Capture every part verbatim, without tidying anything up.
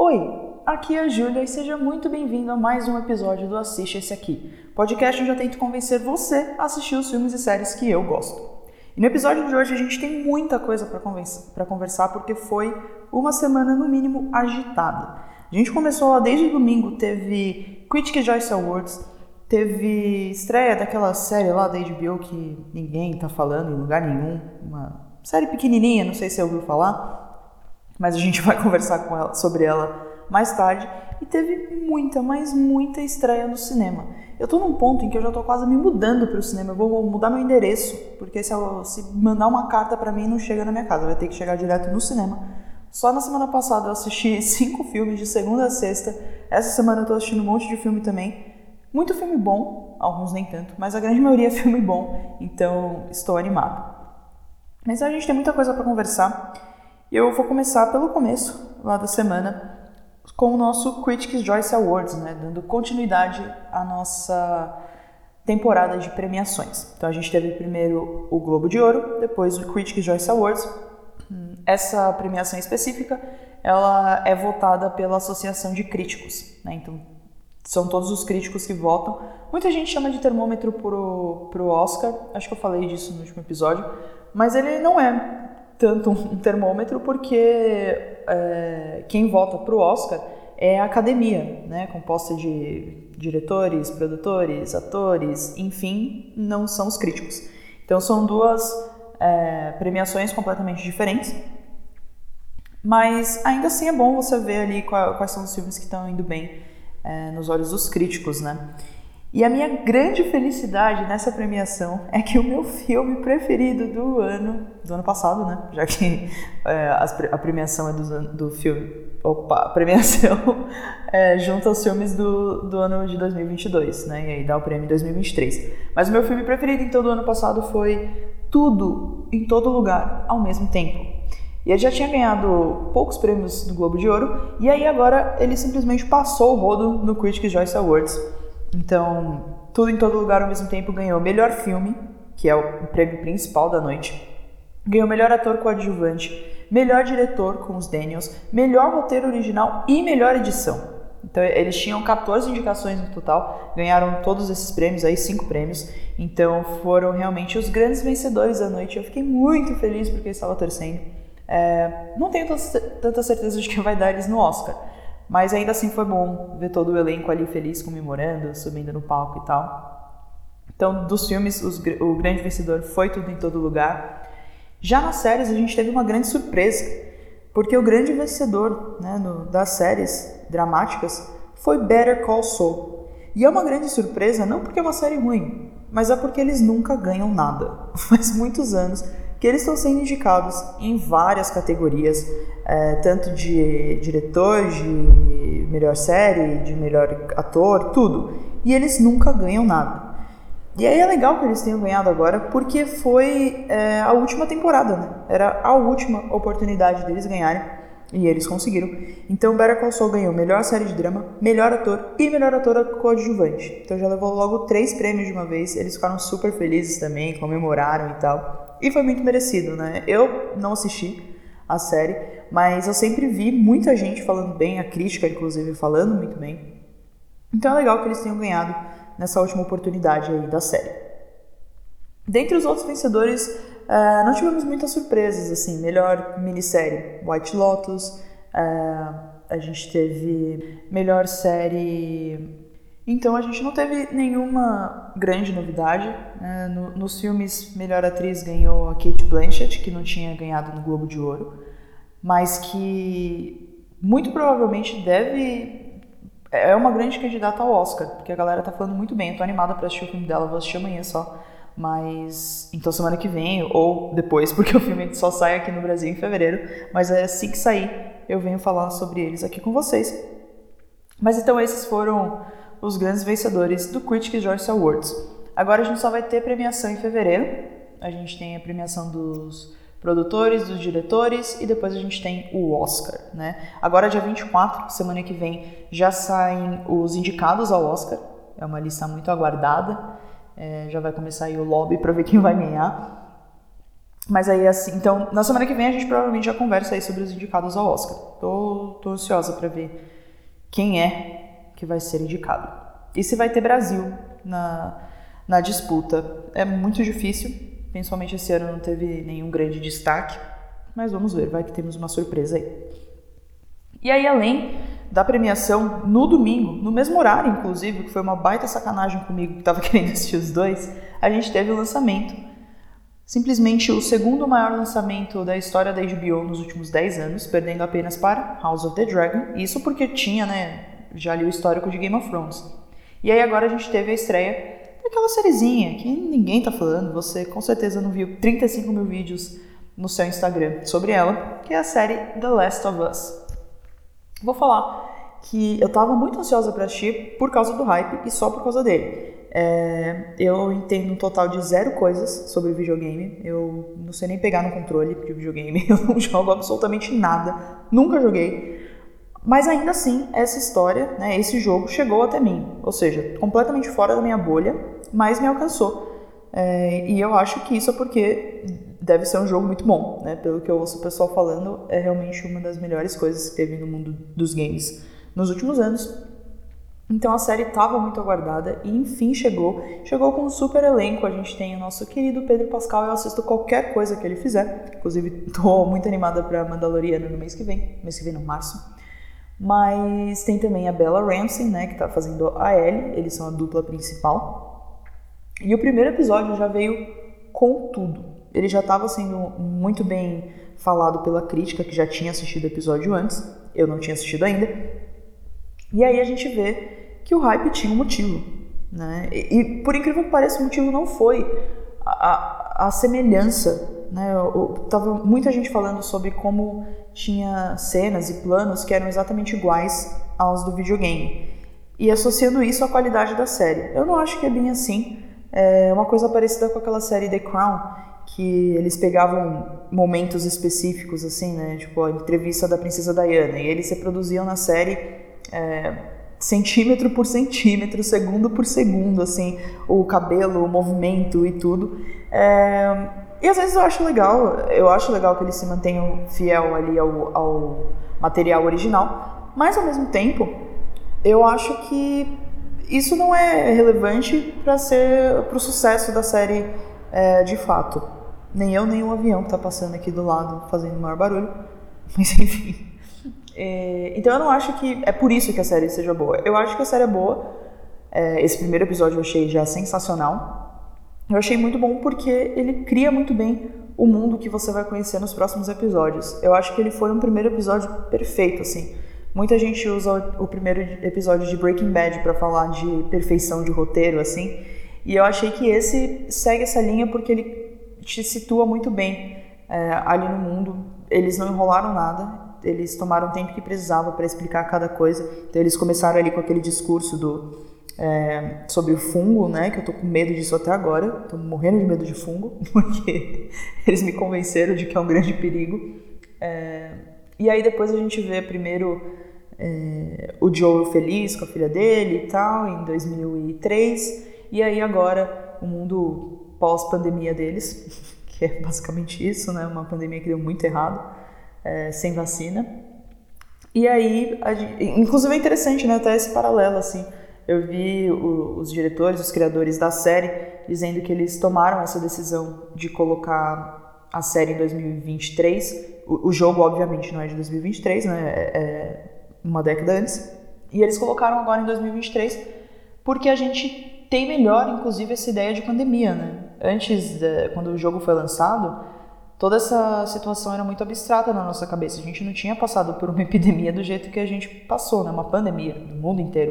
Oi, aqui é a Júlia e seja muito bem-vindo a mais um episódio do Assiste Esse Aqui, podcast onde eu tento convencer você a assistir os filmes e séries que eu gosto. E no episódio de hoje a gente tem muita coisa para conversa, para conversar porque foi uma semana no mínimo agitada. A gente começou lá desde domingo, teve Critics' Choice Awards, teve estreia daquela série lá da H B O que ninguém tá falando em lugar nenhum, uma série pequenininha, não sei se você ouviu falar, mas a gente vai conversar com ela, sobre ela mais tarde. E teve muita, mas muita estreia no cinema. Eu tô num ponto em que eu já tô quase me mudando pro cinema, eu vou mudar meu endereço, porque se, eu, se mandar uma carta pra mim não chega na minha casa, vai ter que chegar direto no cinema. Só na semana passada eu assisti cinco filmes de segunda a sexta, essa semana eu tô assistindo um monte de filme também. Muito filme bom, alguns nem tanto, mas a grande maioria é filme bom, então estou animado. Mas a gente tem muita coisa para conversar. Eu vou começar pelo começo, lá da semana, com o nosso Critics' Choice Awards, né, dando continuidade à nossa temporada de premiações. Então a gente teve primeiro o Globo de Ouro, depois o Critics' Choice Awards. Essa premiação específica, ela é votada pela Associação de Críticos, né, então são todos os críticos que votam. Muita gente chama de termômetro pro, pro Oscar, acho que eu falei disso no último episódio, mas ele não é tanto um termômetro porque é, quem vota pro Oscar é a academia, né, composta de diretores, produtores, atores, enfim, não são os críticos. Então são duas é, premiações completamente diferentes, mas ainda assim é bom você ver ali quais são os filmes que estão indo bem É, nos olhos dos críticos, né? E a minha grande felicidade nessa premiação é que o meu filme preferido do ano, do ano passado, né? Já que é, a premiação é do, do filme, opa, a premiação é, junto aos filmes do, do ano de dois mil e vinte e dois, né? E aí dá o prêmio em dois mil e vinte e três. Mas o meu filme preferido, então, do ano passado foi Tudo, em Todo Lugar, ao Mesmo Tempo. E ele já tinha ganhado poucos prêmios do Globo de Ouro, e aí agora ele simplesmente passou o rodo no Critics' Choice Awards. Então, Tudo em Todo Lugar ao Mesmo Tempo ganhou melhor filme, que é o prêmio principal da noite, ganhou melhor ator coadjuvante, melhor diretor com os Daniels, melhor roteiro original e melhor edição. Então eles tinham catorze indicações no total, ganharam todos esses prêmios aí, cinco prêmios, então foram realmente os grandes vencedores da noite. Eu fiquei muito feliz porque eu estava torcendo. É, não tenho tanta certeza de que vai dar eles no Oscar, mas ainda assim foi bom ver todo o elenco ali feliz, comemorando, subindo no palco e tal. Então, dos filmes, os, o grande vencedor foi Tudo em Todo Lugar. Já nas séries, a gente teve uma grande surpresa, porque o grande vencedor, né, no, das séries dramáticas foi Better Call Saul. E é uma grande surpresa, não porque é uma série ruim, mas é porque eles nunca ganham nada. Faz muitos anos que eles estão sendo indicados em várias categorias, é, tanto de diretor, de melhor série, de melhor ator, tudo. E eles nunca ganham nada. E aí é legal que eles tenham ganhado agora, porque foi é, a última temporada, né? Era a última oportunidade deles ganharem, e eles conseguiram. Então Better Call Saul ganhou melhor série de drama, melhor ator e melhor ator coadjuvante. Então já levou logo três prêmios de uma vez, eles ficaram super felizes também, comemoraram e tal. E foi muito merecido, né? Eu não assisti a série, mas eu sempre vi muita gente falando bem, a crítica, inclusive, falando muito bem. Então é legal que eles tenham ganhado nessa última oportunidade aí da série. Dentre os outros vencedores, uh, não tivemos muitas surpresas, assim. Melhor minissérie, White Lotus. Uh, a gente teve melhor série... Então a gente não teve nenhuma grande novidade, né? No, nos filmes, melhor atriz ganhou a Cate Blanchett, que não tinha ganhado no Globo de Ouro, mas que muito provavelmente deve... é uma grande candidata ao Oscar, porque a galera tá falando muito bem. Eu tô animada pra assistir o filme dela, vou assistir amanhã só, mas então semana que vem ou depois, porque o filme só sai aqui no Brasil em fevereiro, mas é assim que sair eu venho falar sobre eles aqui com vocês. Mas então esses foram os grandes vencedores do Critics' Choice Awards. Agora a gente só vai ter premiação em fevereiro. A gente tem a premiação dos produtores, dos diretores e depois a gente tem o Oscar, né? Agora dia vinte e quatro, semana que vem, já saem os indicados ao Oscar. É uma lista muito aguardada. É, já vai começar aí o lobby para ver quem vai ganhar. Mas aí, assim, então, na semana que vem a gente provavelmente já conversa aí sobre os indicados ao Oscar. Tô, tô ansiosa pra ver quem é que vai ser indicado. E se vai ter Brasil na, na disputa. É muito difícil, principalmente esse ano não teve nenhum grande destaque, mas vamos ver, vai que temos uma surpresa aí. E aí, além da premiação, no domingo, no mesmo horário, inclusive, que foi uma baita sacanagem comigo, que tava querendo assistir os dois, a gente teve o lançamento, simplesmente o segundo maior lançamento da história da H B O nos últimos dez anos, perdendo apenas para House of the Dragon, isso porque tinha, né, já ali o histórico de Game of Thrones. E aí agora a gente teve a estreia daquela sériezinha que ninguém tá falando, você com certeza não viu trinta e cinco mil vídeos no seu Instagram sobre ela, que é a série The Last of Us. Vou falar que eu tava muito ansiosa para assistir por causa do hype e só por causa dele. É, eu entendo um total de zero coisas sobre videogame, eu não sei nem pegar no controle de videogame, eu não jogo absolutamente nada, nunca joguei. Mas ainda assim, essa história, né, esse jogo chegou até mim, ou seja, completamente fora da minha bolha, mas me alcançou. É, e eu acho que isso é porque deve ser um jogo muito bom, né? Pelo que eu ouço o pessoal falando, é realmente uma das melhores coisas que teve no mundo dos games nos últimos anos. Então a série estava muito aguardada e enfim chegou. Chegou com um super elenco, a gente tem o nosso querido Pedro Pascal, eu assisto qualquer coisa que ele fizer. Inclusive estou muito animada para Mandaloriano no mês que vem, mês que vem no março. Mas tem também a Bella Ramsey, né, que está fazendo a Ellie, eles são a dupla principal. E o primeiro episódio já veio com tudo. Ele já estava sendo muito bem falado pela crítica, que já tinha assistido o episódio antes, eu não tinha assistido ainda. E aí a gente vê que o hype tinha um motivo, né? E, e por incrível que pareça, o motivo não foi a, a, a semelhança, né? Eu, eu, tava muita gente falando sobre como tinha cenas e planos que eram exatamente iguais aos do videogame, e associando isso à qualidade da série. Eu não acho que é bem assim. É uma coisa parecida com aquela série The Crown, que eles pegavam momentos específicos, assim, né? Tipo, a entrevista da Princesa Diana, e eles reproduziam na série é, centímetro por centímetro, segundo por segundo, assim, o cabelo, o movimento e tudo. É, e às vezes eu acho legal, eu acho legal que eles se mantenham fiel ali ao, ao material original, mas ao mesmo tempo, eu acho que isso não é relevante para ser para o sucesso da série é, de fato. Nem eu, nem o avião que tá passando aqui do lado fazendo o maior barulho. Mas enfim. É, então eu não acho que é por isso que a série seja boa. Eu acho que a série é boa. É, esse primeiro episódio eu achei já sensacional. Eu achei muito bom porque ele cria muito bem o mundo que você vai conhecer nos próximos episódios. Eu acho que ele foi um primeiro episódio perfeito, assim. Muita gente usa o primeiro episódio de Breaking Bad para falar de perfeição de roteiro, assim. E eu achei que esse segue essa linha porque ele te situa muito bem é, ali no mundo. Eles não enrolaram nada, eles tomaram o tempo que precisava para explicar cada coisa. Então eles começaram ali com aquele discurso do, é, sobre o fungo, né, que eu tô com medo disso até agora, tô morrendo de medo de fungo, porque eles me convenceram de que é um grande perigo. É, e aí depois a gente vê primeiro é, o Joel feliz com a filha dele e tal, em dois mil e três, e aí agora o mundo pós-pandemia deles, que é basicamente isso, né? Uma pandemia que deu muito errado, é, sem vacina. E aí, a gente, inclusive é interessante, né? Até esse paralelo, assim. Eu vi o, os diretores, os criadores da série, dizendo que eles tomaram essa decisão de colocar a série em dois mil e vinte e três. O, o jogo, obviamente, não é de dois mil e vinte e três, né? É, é uma década antes. E eles colocaram agora em dois mil e vinte e três porque a gente tem melhor, inclusive, essa ideia de pandemia, né? Antes, quando o jogo foi lançado, toda essa situação era muito abstrata na nossa cabeça. A gente não tinha passado por uma epidemia do jeito que a gente passou, né? Uma pandemia no mundo inteiro.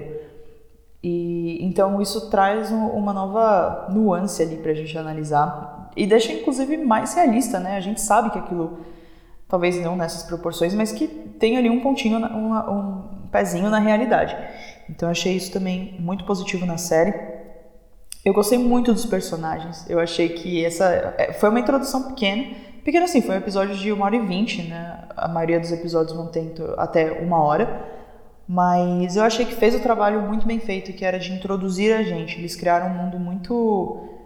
E então isso traz um, uma nova nuance ali pra gente analisar e deixa, inclusive, mais realista, né? A gente sabe que aquilo, talvez não nessas proporções, mas que tem ali um pontinho, uma, um pezinho na realidade. Então eu achei isso também muito positivo na série. Eu gostei muito dos personagens. Eu achei que essa foi uma introdução pequena. Pequena assim, foi um episódio de uma hora e vinte, né? A maioria dos episódios vão ter até uma hora. Mas eu achei que fez o trabalho muito bem feito, que era de introduzir a gente. Eles criaram um mundo muito,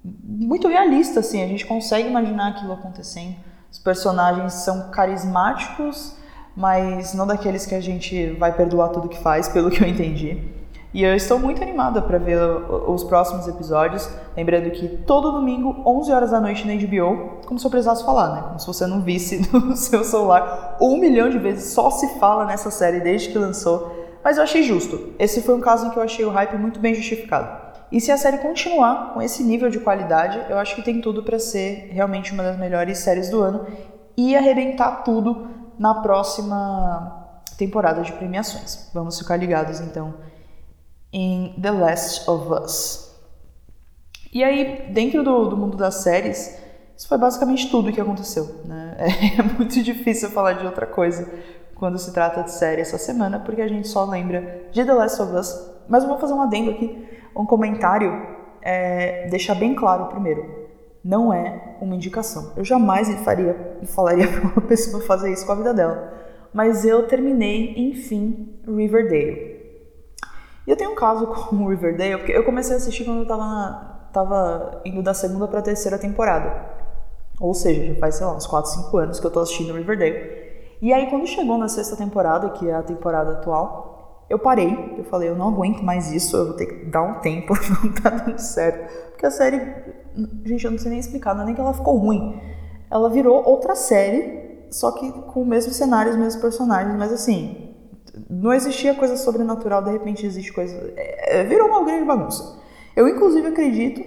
muito realista, assim, a gente consegue imaginar aquilo acontecendo. Os personagens são carismáticos, mas não daqueles que a gente vai perdoar tudo que faz, pelo que eu entendi. E eu estou muito animada para ver os próximos episódios, lembrando que todo domingo, onze horas da noite na H B O, como se eu precisasse falar, né? Como se você não visse no seu celular um milhão de vezes, só se fala nessa série desde que lançou. Mas eu achei justo. Esse foi um caso em que eu achei o hype muito bem justificado. E se a série continuar com esse nível de qualidade, eu acho que tem tudo para ser realmente uma das melhores séries do ano e arrebentar tudo na próxima temporada de premiações. Vamos ficar ligados, então, em The Last of Us. E aí, dentro do, do mundo das séries, isso foi basicamente tudo o que aconteceu, né? É muito difícil falar de outra coisa quando se trata de série essa semana, porque a gente só lembra de The Last of Us. Mas eu vou fazer um adendo aqui, um comentário, é, deixar bem claro primeiro. Não é uma indicação. Eu jamais faria, falaria para uma pessoa fazer isso com a vida dela. Mas eu terminei, enfim, Riverdale. E eu tenho um caso com o Riverdale, porque eu comecei a assistir quando eu tava, na, tava indo da segunda pra terceira temporada. Ou seja, já faz, sei lá, uns quatro, cinco anos que eu tô assistindo Riverdale. E aí, quando chegou na sexta temporada, que é a temporada atual, eu parei, eu falei, eu não aguento mais isso, eu vou ter que dar um tempo, não tá dando certo. Porque a série, gente, eu não sei nem explicar, não é nem que ela ficou ruim. Ela virou outra série, só que com o mesmo cenário, os mesmos personagens, mas assim, não existia coisa sobrenatural, de repente existe coisa... É, virou uma grande bagunça. Eu, inclusive, acredito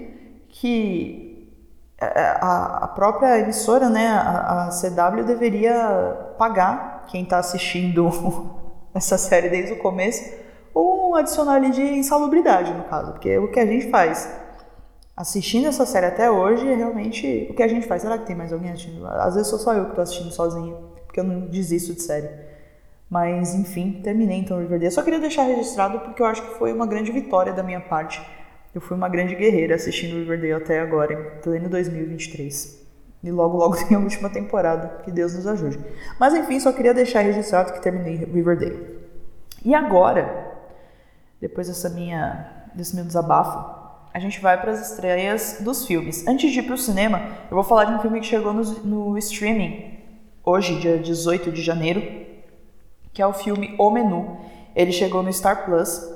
que a, a própria emissora, né, a, a C W, deveria pagar quem tá assistindo essa série desde o começo, ou um adicional de insalubridade, no caso, porque o que a gente faz assistindo essa série até hoje é realmente o que a gente faz. Será que tem mais alguém assistindo? Às vezes sou só eu que tô assistindo sozinha, porque eu não desisto de série. Mas, enfim, terminei então o Riverdale. Só queria deixar registrado porque eu acho que foi uma grande vitória da minha parte. Eu fui uma grande guerreira assistindo o Riverdale até agora, em pleno dois mil e vinte e três. E logo, logo tem a última temporada, que Deus nos ajude. Mas, enfim, só queria deixar registrado que terminei Riverdale. E agora, depois dessa minha, desse meu desabafo, a gente vai para as estreias dos filmes. Antes de ir para o cinema, eu vou falar de um filme que chegou no, no streaming hoje, dia dezoito de janeiro, que é o filme O Menu. Ele chegou no Star Plus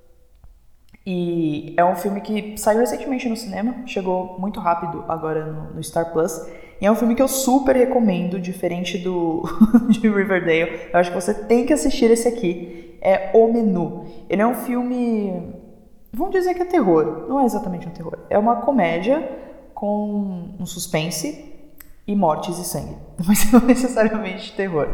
e é um filme que saiu recentemente no cinema, chegou muito rápido agora no, no Star Plus, e é um filme que eu super recomendo, diferente do de Riverdale. Eu acho que você tem que assistir esse aqui, é O Menu. Ele é um filme, vamos dizer que é terror, não é exatamente um terror, é uma comédia com um suspense e mortes e sangue, mas não necessariamente terror.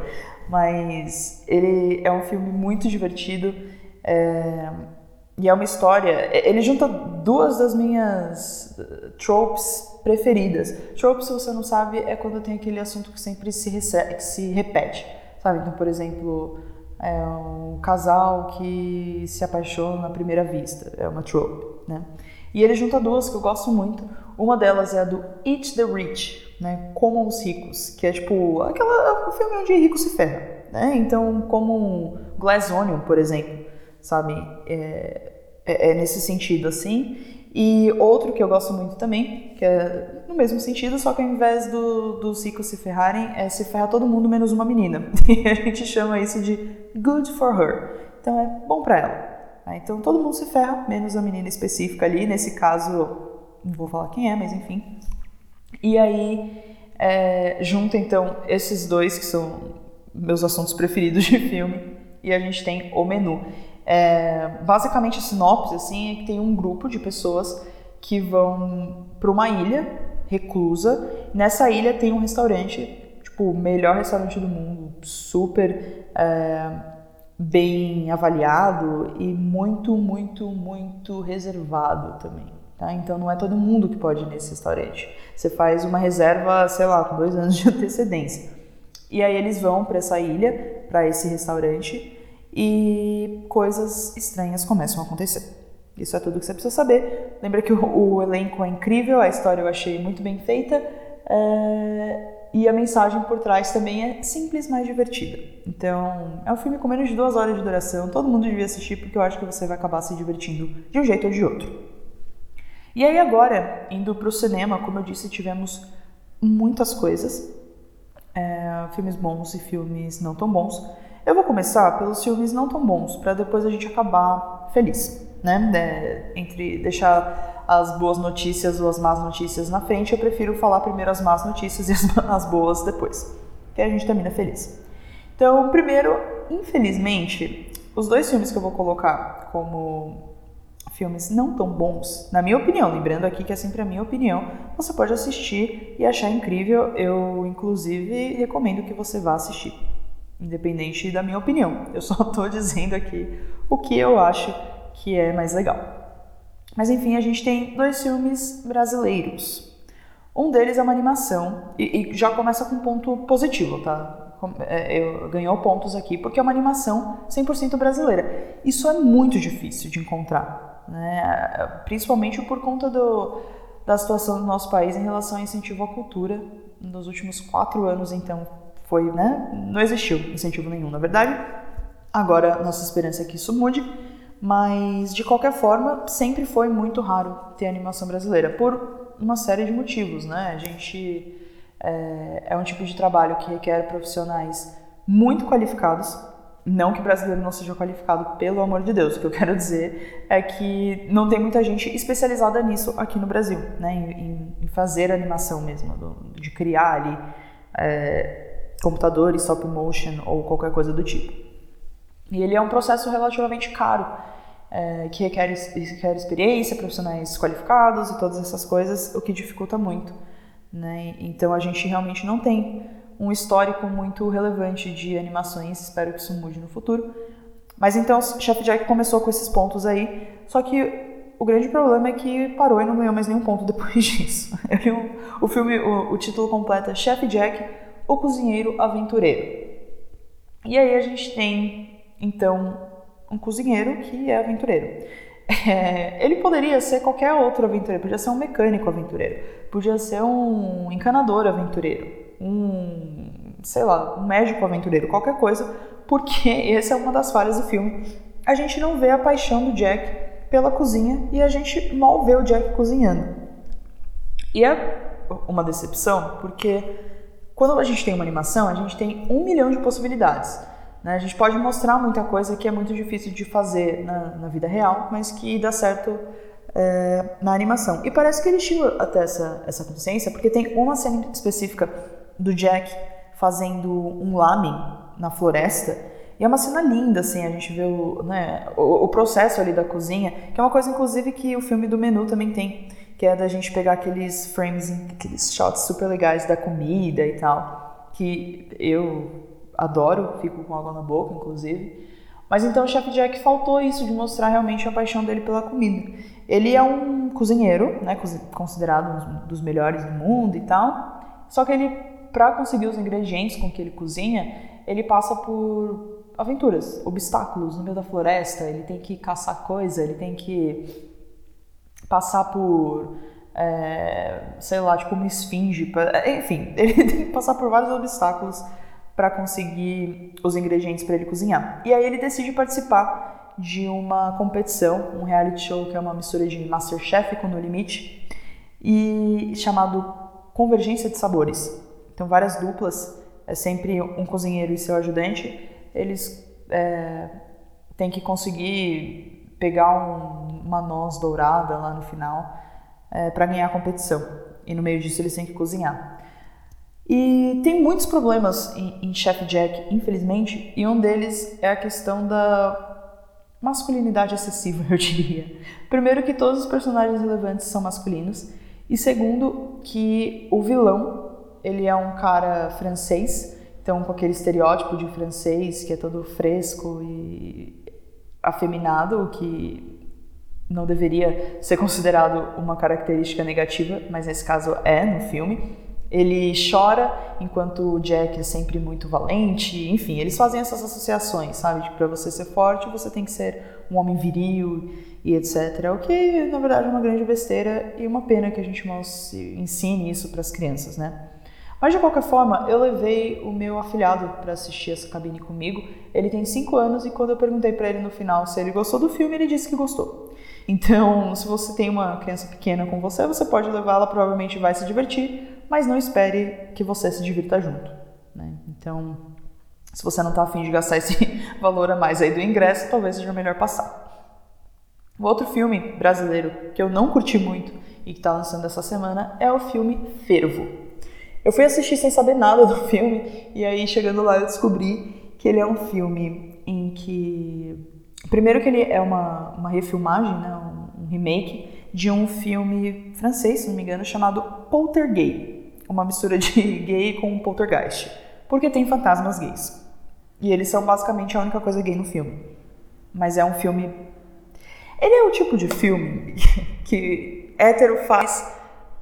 Mas ele é um filme muito divertido, é, e é uma história... Ele junta duas das minhas tropes preferidas. Trope, se você não sabe, é quando tem aquele assunto que sempre se, recebe, que se repete, sabe? Então, por exemplo, é um casal que se apaixona à primeira vista, é uma trope, né? E ele junta duas que eu gosto muito. Uma delas é a do Eat the Rich, né? Comam os ricos, que é tipo aquela o filme onde rico se ferra, né? Então, como um Glass Onion, por exemplo, sabe? É, é, é nesse sentido, assim. E outro que eu gosto muito também, que é no mesmo sentido, só que ao invés do, dos ricos se ferrarem, é se ferra todo mundo menos uma menina. E a gente chama isso de good for her. Então é bom pra ela. Então todo mundo se ferra, menos a menina específica ali. Nesse caso, não vou falar quem é, mas enfim. E aí, é, junta então esses dois que são meus assuntos preferidos de filme, e a gente tem O Menu. É, basicamente a sinopse assim, é que tem um grupo de pessoas que vão para uma ilha reclusa. Nessa ilha tem um restaurante, tipo, o melhor restaurante do mundo, super é, bem avaliado e muito, muito, muito reservado também. Tá? Então não é todo mundo que pode ir nesse restaurante. Você faz uma reserva, sei lá, com dois anos de antecedência. E aí eles vão para essa ilha, para esse restaurante, e coisas estranhas começam a acontecer. Isso é tudo que você precisa saber. Lembra que o, o elenco é incrível, a história eu achei muito bem feita, é, e a mensagem por trás também é simples, mas divertida. Então, é um filme com menos de duas horas de duração, todo mundo devia assistir, porque eu acho que você vai acabar se divertindo de um jeito ou de outro. E aí agora, indo pro cinema, como eu disse, tivemos muitas coisas, é, filmes bons e filmes não tão bons. Eu vou começar pelos filmes não tão bons, para depois a gente acabar feliz, né? É, entre deixar as boas notícias ou as más notícias na frente, eu prefiro falar primeiro as más notícias e as, as boas depois, que a gente termina feliz. Então, primeiro, infelizmente, os dois filmes que eu vou colocar como filmes não tão bons, na minha opinião, lembrando aqui que é sempre a minha opinião, você pode assistir e achar incrível, eu inclusive recomendo que você vá assistir, independente da minha opinião, eu só estou dizendo aqui o que eu acho que é mais legal. Mas enfim, a gente tem dois filmes brasileiros, um deles é uma animação, e, e já começa com um ponto positivo, tá? Eu ganhou pontos aqui, porque é uma animação cem por cento brasileira. Isso é muito difícil de encontrar, né? Principalmente por conta do, da situação do nosso país em relação ao incentivo à cultura. Nos últimos quatro anos, então, foi, né? Não existiu incentivo nenhum, na verdade. Agora, nossa esperança é que isso mude, mas, de qualquer forma, sempre foi muito raro ter animação brasileira, por uma série de motivos, né? A gente... É, é um tipo de trabalho que requer profissionais muito qualificados. Não que brasileiro não seja qualificado, pelo amor de Deus. O que eu quero dizer é que não tem muita gente especializada nisso aqui no Brasil, né? Em, em fazer animação mesmo, de criar ali é, computadores, stop motion ou qualquer coisa do tipo. E ele é um processo relativamente caro, é, que requer, requer experiência, profissionais qualificados e todas essas coisas, o que dificulta muito. Né? Então a gente realmente não tem um histórico muito relevante de animações, espero que isso mude no futuro. Mas então Chef Jack começou com esses pontos aí, só que o grande problema é que parou e não ganhou mais nenhum ponto depois disso. o, o filme, o, o título completo é Chef Jack, o Cozinheiro Aventureiro. E aí a gente tem então um cozinheiro que é aventureiro. É, ele poderia ser qualquer outro aventureiro, podia ser um mecânico aventureiro, podia ser um encanador aventureiro, um, sei lá, um médico aventureiro, qualquer coisa, porque essa é uma das falhas do filme. A gente não vê a paixão do Jack pela cozinha e a gente mal vê o Jack cozinhando. E é uma decepção, porque quando a gente tem uma animação, a gente tem um milhão de possibilidades. A gente pode mostrar muita coisa que é muito difícil de fazer na, na vida real, mas que dá certo é, na animação. E parece que eles tinham até essa, essa consciência, porque tem uma cena específica do Jack fazendo um lamen na floresta, e é uma cena linda, assim, a gente vê o, né, o, o processo ali da cozinha, que é uma coisa, inclusive, que o filme do Menu também tem, que é da gente pegar aqueles frames, aqueles shots super legais da comida e tal, que eu... adoro, fico com água na boca, inclusive. Mas então o Chef Jack faltou isso, de mostrar realmente a paixão dele pela comida. Ele é um cozinheiro, né, considerado um dos melhores do mundo e tal. Só que ele, para conseguir os ingredientes com que ele cozinha, ele passa por aventuras, obstáculos no meio da floresta. Ele tem que caçar coisa, ele tem que passar por... É, sei lá, tipo uma esfinge. Pra, enfim, ele tem que passar por vários obstáculos para conseguir os ingredientes para ele cozinhar. E aí ele decide participar de uma competição, um reality show que é uma mistura de MasterChef com No Limite, e chamado Convergência de Sabores. Então várias duplas, é sempre um cozinheiro e seu ajudante, eles é, têm que conseguir pegar um, uma noz dourada lá no final é, para ganhar a competição. E no meio disso eles têm que cozinhar. E tem muitos problemas em, em Chef Jack, infelizmente, e um deles é a questão da masculinidade excessiva, eu diria. Primeiro, que todos os personagens relevantes são masculinos, e segundo, que o vilão, ele é um cara francês, então com aquele estereótipo de francês que é todo fresco e afeminado, o que não deveria ser considerado uma característica negativa, mas nesse caso é no filme. Ele chora, enquanto o Jack é sempre muito valente, enfim, eles fazem essas associações, sabe? Tipo, para você ser forte, você tem que ser um homem viril e etcétera. O que, na verdade, é uma grande besteira e uma pena que a gente mal ensine isso para as crianças, né? Mas, de qualquer forma, eu levei o meu afilhado para assistir essa cabine comigo. Ele tem cinco anos e quando eu perguntei para ele no final se ele gostou do filme, ele disse que gostou. Então, se você tem uma criança pequena com você, você pode levá-la, provavelmente vai se divertir, mas não espere que você se divirta junto, né? Então, se você não está afim de gastar esse valor a mais aí do ingresso, talvez seja melhor passar. O outro filme brasileiro que eu não curti muito e que está lançando essa semana é o filme Fervo. Eu fui assistir sem saber nada do filme e aí chegando lá eu descobri que ele é um filme em que... Primeiro que ele é uma, uma refilmagem, né, um, um remake de um filme francês, se não me engano, chamado Poltergeist. Uma mistura de gay com poltergeist. Porque tem fantasmas gays. E eles são basicamente a única coisa gay no filme. Mas é um filme... Ele é o tipo de filme que hétero faz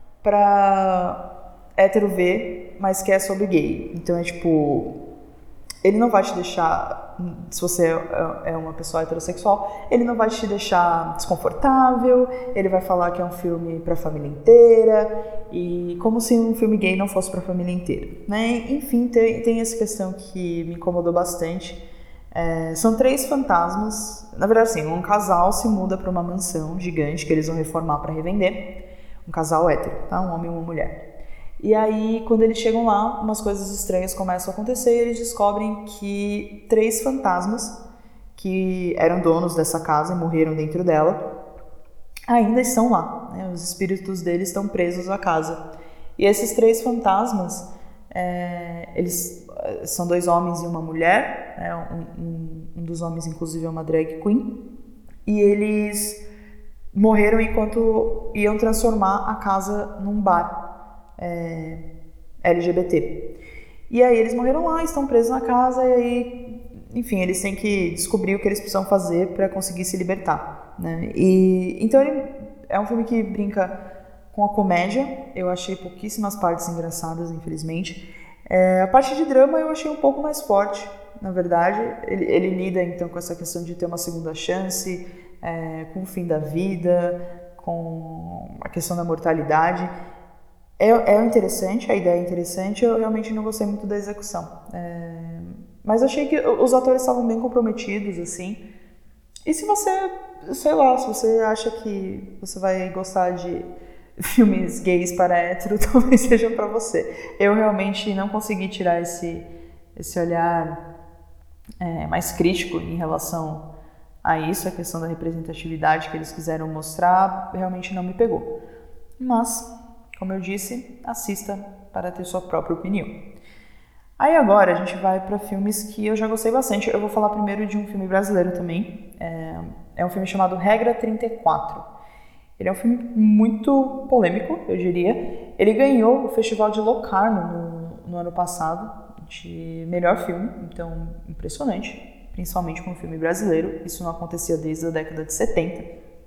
pra hétero ver, mas que é sobre gay. Então é tipo... Ele não vai te deixar, se você é uma pessoa heterossexual, ele não vai te deixar desconfortável, ele vai falar que é um filme pra família inteira, e como se um filme gay não fosse pra família inteira, né? Enfim, tem, tem essa questão que me incomodou bastante. É, são três fantasmas, na verdade sim, um casal se muda pra uma mansão gigante que eles vão reformar pra revender, um casal hétero, tá? Um homem e uma mulher. E aí, quando eles chegam lá, umas coisas estranhas começam a acontecer e eles descobrem que três fantasmas que eram donos dessa casa e morreram dentro dela ainda estão lá, né? Os espíritos deles estão presos à casa. E esses três fantasmas, é, eles são dois homens e uma mulher, né? um, um, um dos homens, inclusive, é uma drag queen, e eles morreram enquanto iam transformar a casa num bar. É, L G B T. E aí eles morreram lá, estão presos na casa e aí, enfim, eles têm que descobrir o que eles precisam fazer para conseguir se libertar, né? E então ele é um filme que brinca com a comédia. Eu achei pouquíssimas partes engraçadas, infelizmente. É, a parte de drama eu achei um pouco mais forte, na verdade. Ele, ele lida então com essa questão de ter uma segunda chance, é, com o fim da vida, com a questão da mortalidade. É, é interessante, a ideia é interessante, eu realmente não gostei muito da execução. É, mas achei que os atores estavam bem comprometidos, assim. E se você, sei lá, se você acha que você vai gostar de filmes gays para hétero, talvez seja para você. Eu realmente não consegui tirar esse, esse olhar é, mais crítico em relação a isso, a questão da representatividade que eles quiseram mostrar, realmente não me pegou. Mas... como eu disse, assista para ter sua própria opinião. Aí agora a gente vai para filmes que eu já gostei bastante. Eu vou falar primeiro de um filme brasileiro também. É, é um filme chamado Regra trinta e quatro. Ele é um filme muito polêmico, eu diria. Ele ganhou o Festival de Locarno no, no ano passado de melhor filme. Então, impressionante, principalmente com um filme brasileiro. Isso não acontecia desde a década de setenta.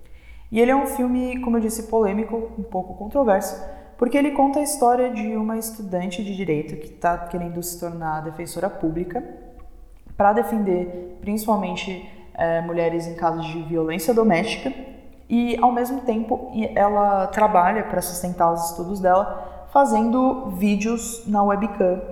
E ele é um filme, como eu disse, polêmico, um pouco controverso, porque ele conta a história de uma estudante de direito que está querendo se tornar defensora pública para defender principalmente é, mulheres em casos de violência doméstica e, ao mesmo tempo, ela trabalha para sustentar os estudos dela fazendo vídeos na webcam,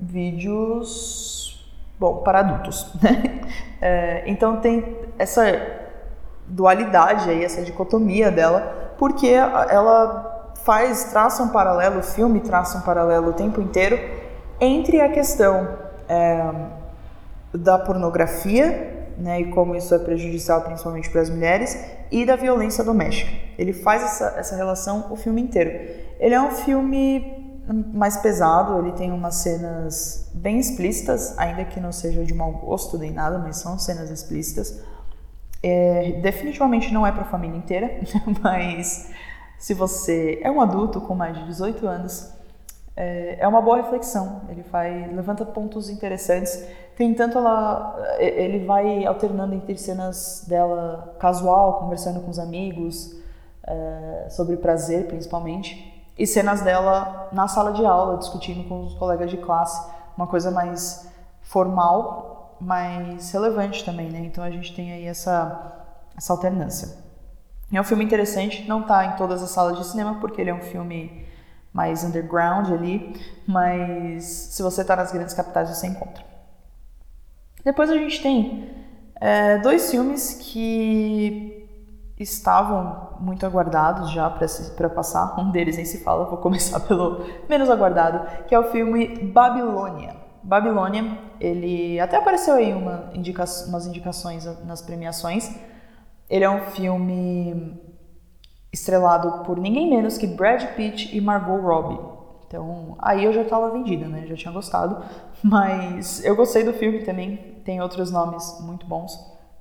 vídeos, bom, para adultos, né? É, então tem essa dualidade aí, essa dicotomia dela, porque ela faz, traça um paralelo, o filme traça um paralelo o tempo inteiro entre a questão é, da pornografia, né, e como isso é prejudicial principalmente para as mulheres, e da violência doméstica. Ele faz essa, essa relação o filme inteiro. Ele é um filme mais pesado, ele tem umas cenas bem explícitas, ainda que não seja de mau gosto nem nada, mas são cenas explícitas. É, definitivamente não é para a família inteira, mas se você é um adulto com mais de dezoito anos, é, é uma boa reflexão. Ele vai, levanta pontos interessantes. Tem tanto ela, ele vai alternando entre cenas dela casual, conversando com os amigos, é, sobre prazer principalmente, e cenas dela na sala de aula, discutindo com os colegas de classe, uma coisa mais formal, mais relevante também, né? Então a gente tem aí essa, essa alternância. É um filme interessante, não está em todas as salas de cinema, porque ele é um filme mais underground ali, mas se você está nas grandes capitais você encontra. Depois a gente tem é, dois filmes que estavam muito aguardados já para passar. Um deles nem se fala, vou começar pelo menos aguardado, que é o filme Babilônia. Babilônia, ele até apareceu aí uma indica, umas indicações nas premiações. Ele é um filme estrelado por ninguém menos que Brad Pitt e Margot Robbie. Então, aí eu já estava vendida, né? Já tinha gostado. Mas eu gostei do filme também. Tem outros nomes muito bons.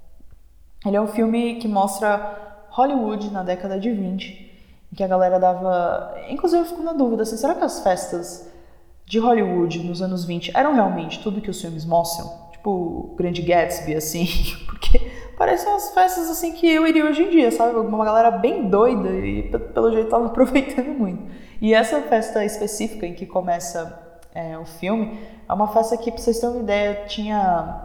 Ele é um filme que mostra Hollywood na década de vinte, em que a galera dava... Inclusive eu fico na dúvida, assim, será que as festas de Hollywood nos anos vinte eram realmente tudo que os filmes mostram? Tipo, Grande Gatsby, assim, porque parecem umas festas assim que eu iria hoje em dia, sabe? Uma galera bem doida e pelo jeito tava aproveitando muito. E essa festa específica em que começa é, o filme é uma festa que, pra vocês terem uma ideia, tinha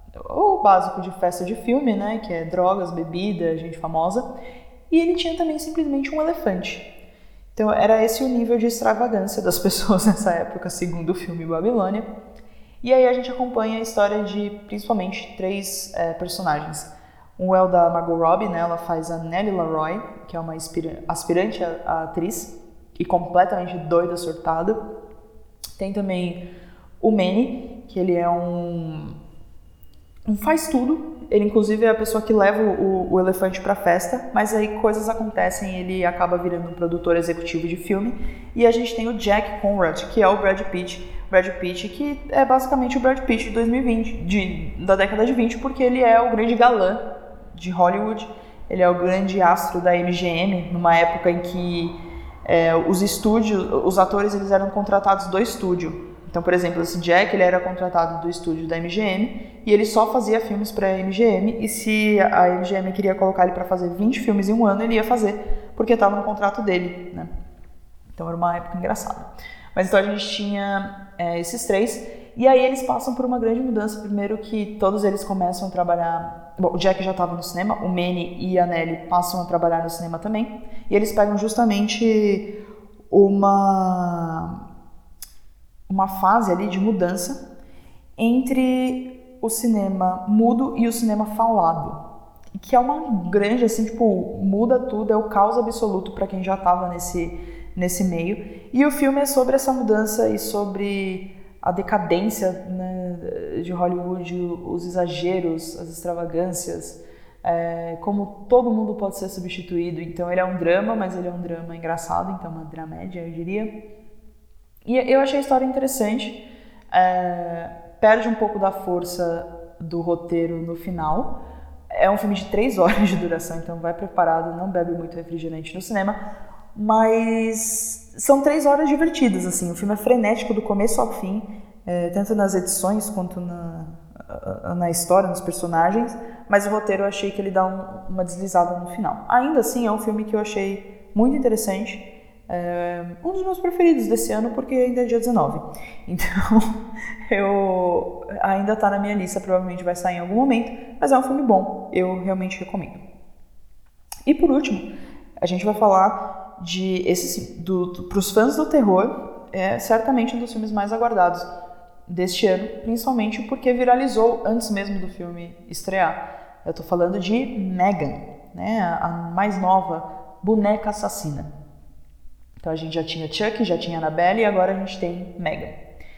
o básico de festa de filme, né? Que é drogas, bebida, gente famosa. E ele tinha também simplesmente um elefante. Então era esse o nível de extravagância das pessoas nessa época, segundo o filme Babilônia. E aí a gente acompanha a história de, principalmente, três é, personagens. Um é o da Margot Robbie, né? Ela faz a Nellie Leroy, que é uma aspirante a, a atriz e completamente doida, surtada. Tem também o Manny, que ele é um, um faz tudo. Ele, inclusive, é a pessoa que leva o, o elefante pra festa, mas aí coisas acontecem e ele acaba virando um produtor executivo de filme. E a gente tem o Jack Conrad, que é o Brad Pitt. Brad Pitt, que é basicamente o Brad Pitt de dois mil e vinte, de, da década de vinte, porque ele é o grande galã de Hollywood. Ele é o grande astro da M G M, numa época em que é, os estúdios, os atores, eles eram contratados do estúdio. Então, por exemplo, esse Jack, ele era contratado do estúdio da M G M e ele só fazia filmes para a M G M, e se a M G M queria colocar ele para fazer vinte filmes em um ano, ele ia fazer, porque estava no contrato dele, né? Então era uma época engraçada. Mas então a gente tinha é, esses três, e aí eles passam por uma grande mudança. Primeiro que todos eles começam a trabalhar... Bom, o Jack já estava no cinema, o Manny e a Nellie passam a trabalhar no cinema também, e eles pegam justamente uma... uma fase ali de mudança entre o cinema mudo e o cinema falado, que é uma grande, assim, tipo, muda tudo, é o caos absoluto para quem já estava nesse, nesse meio. E o filme é sobre essa mudança e sobre a decadência, né, de Hollywood, os exageros, as extravagâncias, é, como todo mundo pode ser substituído. Então ele é um drama, mas ele é um drama engraçado, então uma dramédia, eu diria. E eu achei a história interessante, é, perde um pouco da força do roteiro no final. É um filme de três horas de duração, então vai preparado, não bebe muito refrigerante no cinema, mas são três horas divertidas, assim. O filme é frenético do começo ao fim, é, tanto nas edições quanto na, na história, nos personagens, mas o roteiro eu achei que ele dá um, uma deslizada no final. Ainda assim, é um filme que eu achei muito interessante. É um dos meus preferidos desse ano, porque ainda é dia dezenove. Então, eu ainda tá na minha lista, provavelmente vai sair em algum momento, mas é um filme bom, eu realmente recomendo. E por último, a gente vai falar de esse, do, do, pros fãs do terror, é certamente um dos filmes mais aguardados deste ano, principalmente porque viralizou antes mesmo do filme estrear. Eu tô falando de Megan, né, a mais nova boneca assassina. Então a gente já tinha Chuck, já tinha Annabelle e agora a gente tem Megan.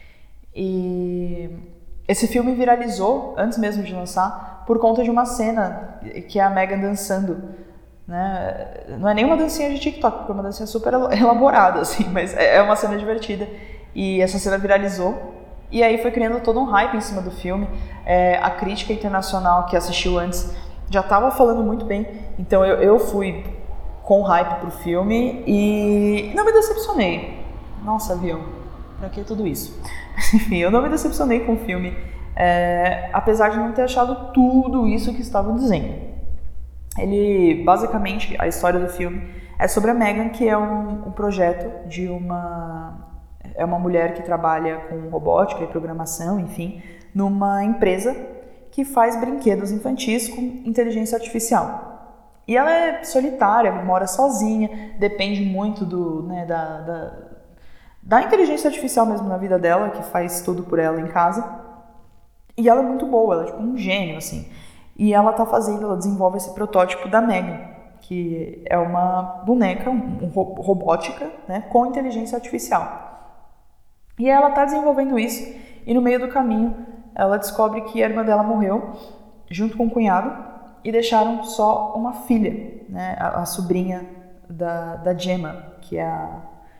E esse filme viralizou antes mesmo de lançar por conta de uma cena que é a Megan dançando, né? Não é nem uma dancinha de TikTok, porque é uma dancinha super elaborada, assim, mas é uma cena divertida. E essa cena viralizou e aí foi criando todo um hype em cima do filme. É, a crítica internacional que assistiu antes já estava falando muito bem, então eu, eu fui com hype pro filme e não me decepcionei. Nossa, viu? Pra que tudo isso? Enfim, eu não me decepcionei com o filme, é, apesar de não ter achado tudo isso que estavam dizendo. Ele, basicamente, a história do filme é sobre a Megan, que é um, um projeto de uma... é uma mulher que trabalha com robótica e programação, enfim, numa empresa que faz brinquedos infantis com inteligência artificial. E ela é solitária, mora sozinha, depende muito do, né, da, da, da inteligência artificial mesmo na vida dela, que faz tudo por ela em casa. E ela é muito boa, ela é tipo um gênio, assim. E ela tá fazendo, ela desenvolve esse protótipo da Megan, que é uma boneca um, um, robótica, né, com inteligência artificial. E ela está desenvolvendo isso e no meio do caminho ela descobre que a irmã dela morreu junto com o cunhado e deixaram só uma filha, né, a, a sobrinha da, da Gemma, que é a,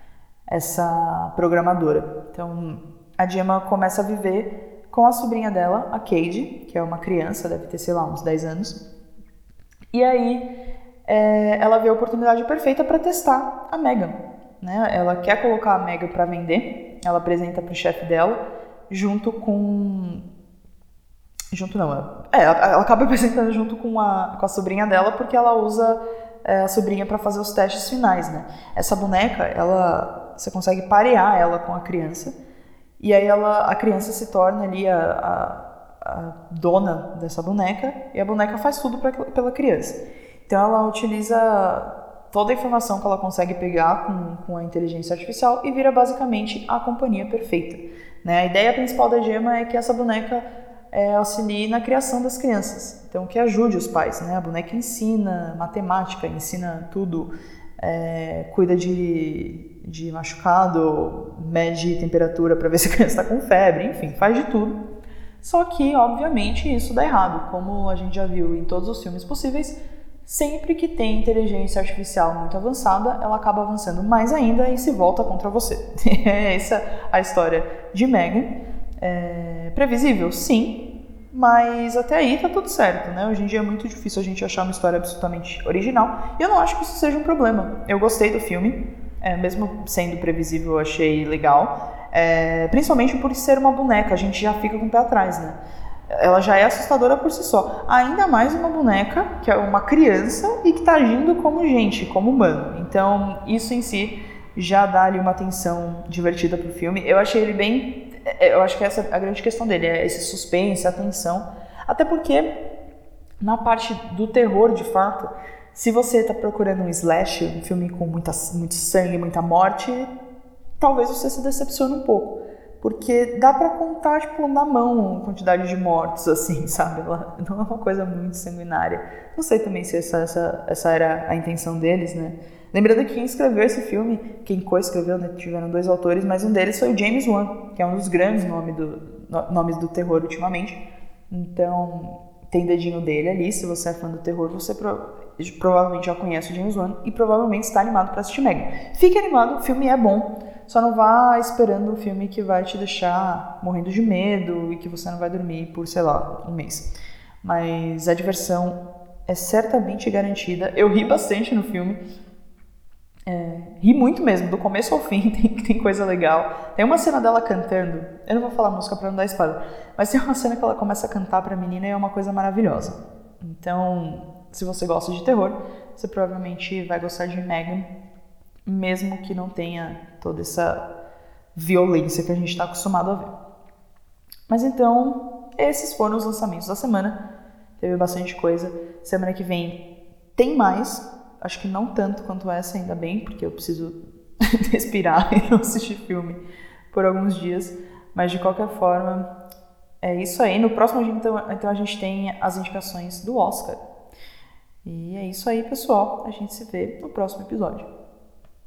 essa programadora. Então a Gemma começa a viver com a sobrinha dela, a Cade, que é uma criança, deve ter, sei lá, uns dez anos. E aí é, ela vê a oportunidade perfeita para testar a Megan, né? Ela quer colocar a Megan para vender, ela apresenta para o chefe dela, junto com... Junto não, é, ela, ela acaba apresentando junto com a, com a sobrinha dela, porque ela usa é, a sobrinha para fazer os testes finais, né? Essa boneca, ela, você consegue parear ela com a criança, e aí ela, a criança se torna ali a, a, a dona dessa boneca, e a boneca faz tudo pra, pela criança. Então ela utiliza toda a informação que ela consegue pegar com, com a inteligência artificial e vira basicamente a companhia perfeita, né? A ideia principal da Gemma é que essa boneca é, auxilie na criação das crianças, então que ajude os pais, né? A boneca ensina matemática, ensina tudo, é, cuida de, de machucado, mede temperatura para ver se a criança está com febre, enfim, faz de tudo. Só que, obviamente, isso dá errado, como a gente já viu em todos os filmes possíveis. Sempre que tem inteligência artificial muito avançada, ela acaba avançando mais ainda e se volta contra você. É essa a história de Megan. É previsível? Sim, mas até aí tá tudo certo, né? Hoje em dia é muito difícil a gente achar uma história absolutamente original e eu não acho que isso seja um problema. Eu gostei do filme, é, mesmo sendo previsível, eu achei legal, é, principalmente por ser uma boneca, a gente já fica com o pé atrás, né? Ela já é assustadora por si só. Ainda mais uma boneca, que é uma criança e que está agindo como gente, como humano. Então, isso em si já dá ali uma tensão divertida pro filme. Eu achei ele bem... Eu acho que essa é a grande questão dele, é esse suspense, a tensão. Até porque, na parte do terror, de fato, se você está procurando um slash, um filme com muita, muito sangue, muita morte, talvez você se decepcione um pouco. Porque dá pra contar, tipo, na mão a quantidade de mortos, assim, sabe? Ela não é uma coisa muito sanguinária. Não sei também se essa, essa, essa era a intenção deles, né? Lembrando que quem escreveu esse filme, quem co-escreveu, né? Tiveram dois autores, mas um deles foi o James Wan, que é um dos grandes nomes do, nomes do terror ultimamente. Então, tem dedinho dele ali. Se você é fã do terror, você pro, provavelmente já conhece o James Wan e provavelmente está animado para assistir Megan. Fique animado, o filme é bom. Só não vá esperando um filme que vai te deixar morrendo de medo e que você não vai dormir por, sei lá, um mês. Mas a diversão é certamente garantida. Eu ri bastante no filme. É, ri muito mesmo, do começo ao fim, tem, tem coisa legal. Tem uma cena dela cantando, eu não vou falar música pra não dar spoiler, mas tem uma cena que ela começa a cantar pra menina e é uma coisa maravilhosa. Então, se você gosta de terror, você provavelmente vai gostar de Megan, mesmo que não tenha toda essa violência que a gente está acostumado a ver. Mas então, esses foram os lançamentos da semana. Teve bastante coisa. Semana que vem tem mais. Acho que não tanto quanto essa, ainda bem, porque eu preciso respirar e não assistir filme por alguns dias. Mas de qualquer forma, é isso aí. No próximo, então, então a gente tem as indicações do Oscar. E é isso aí, pessoal. A gente se vê no próximo episódio.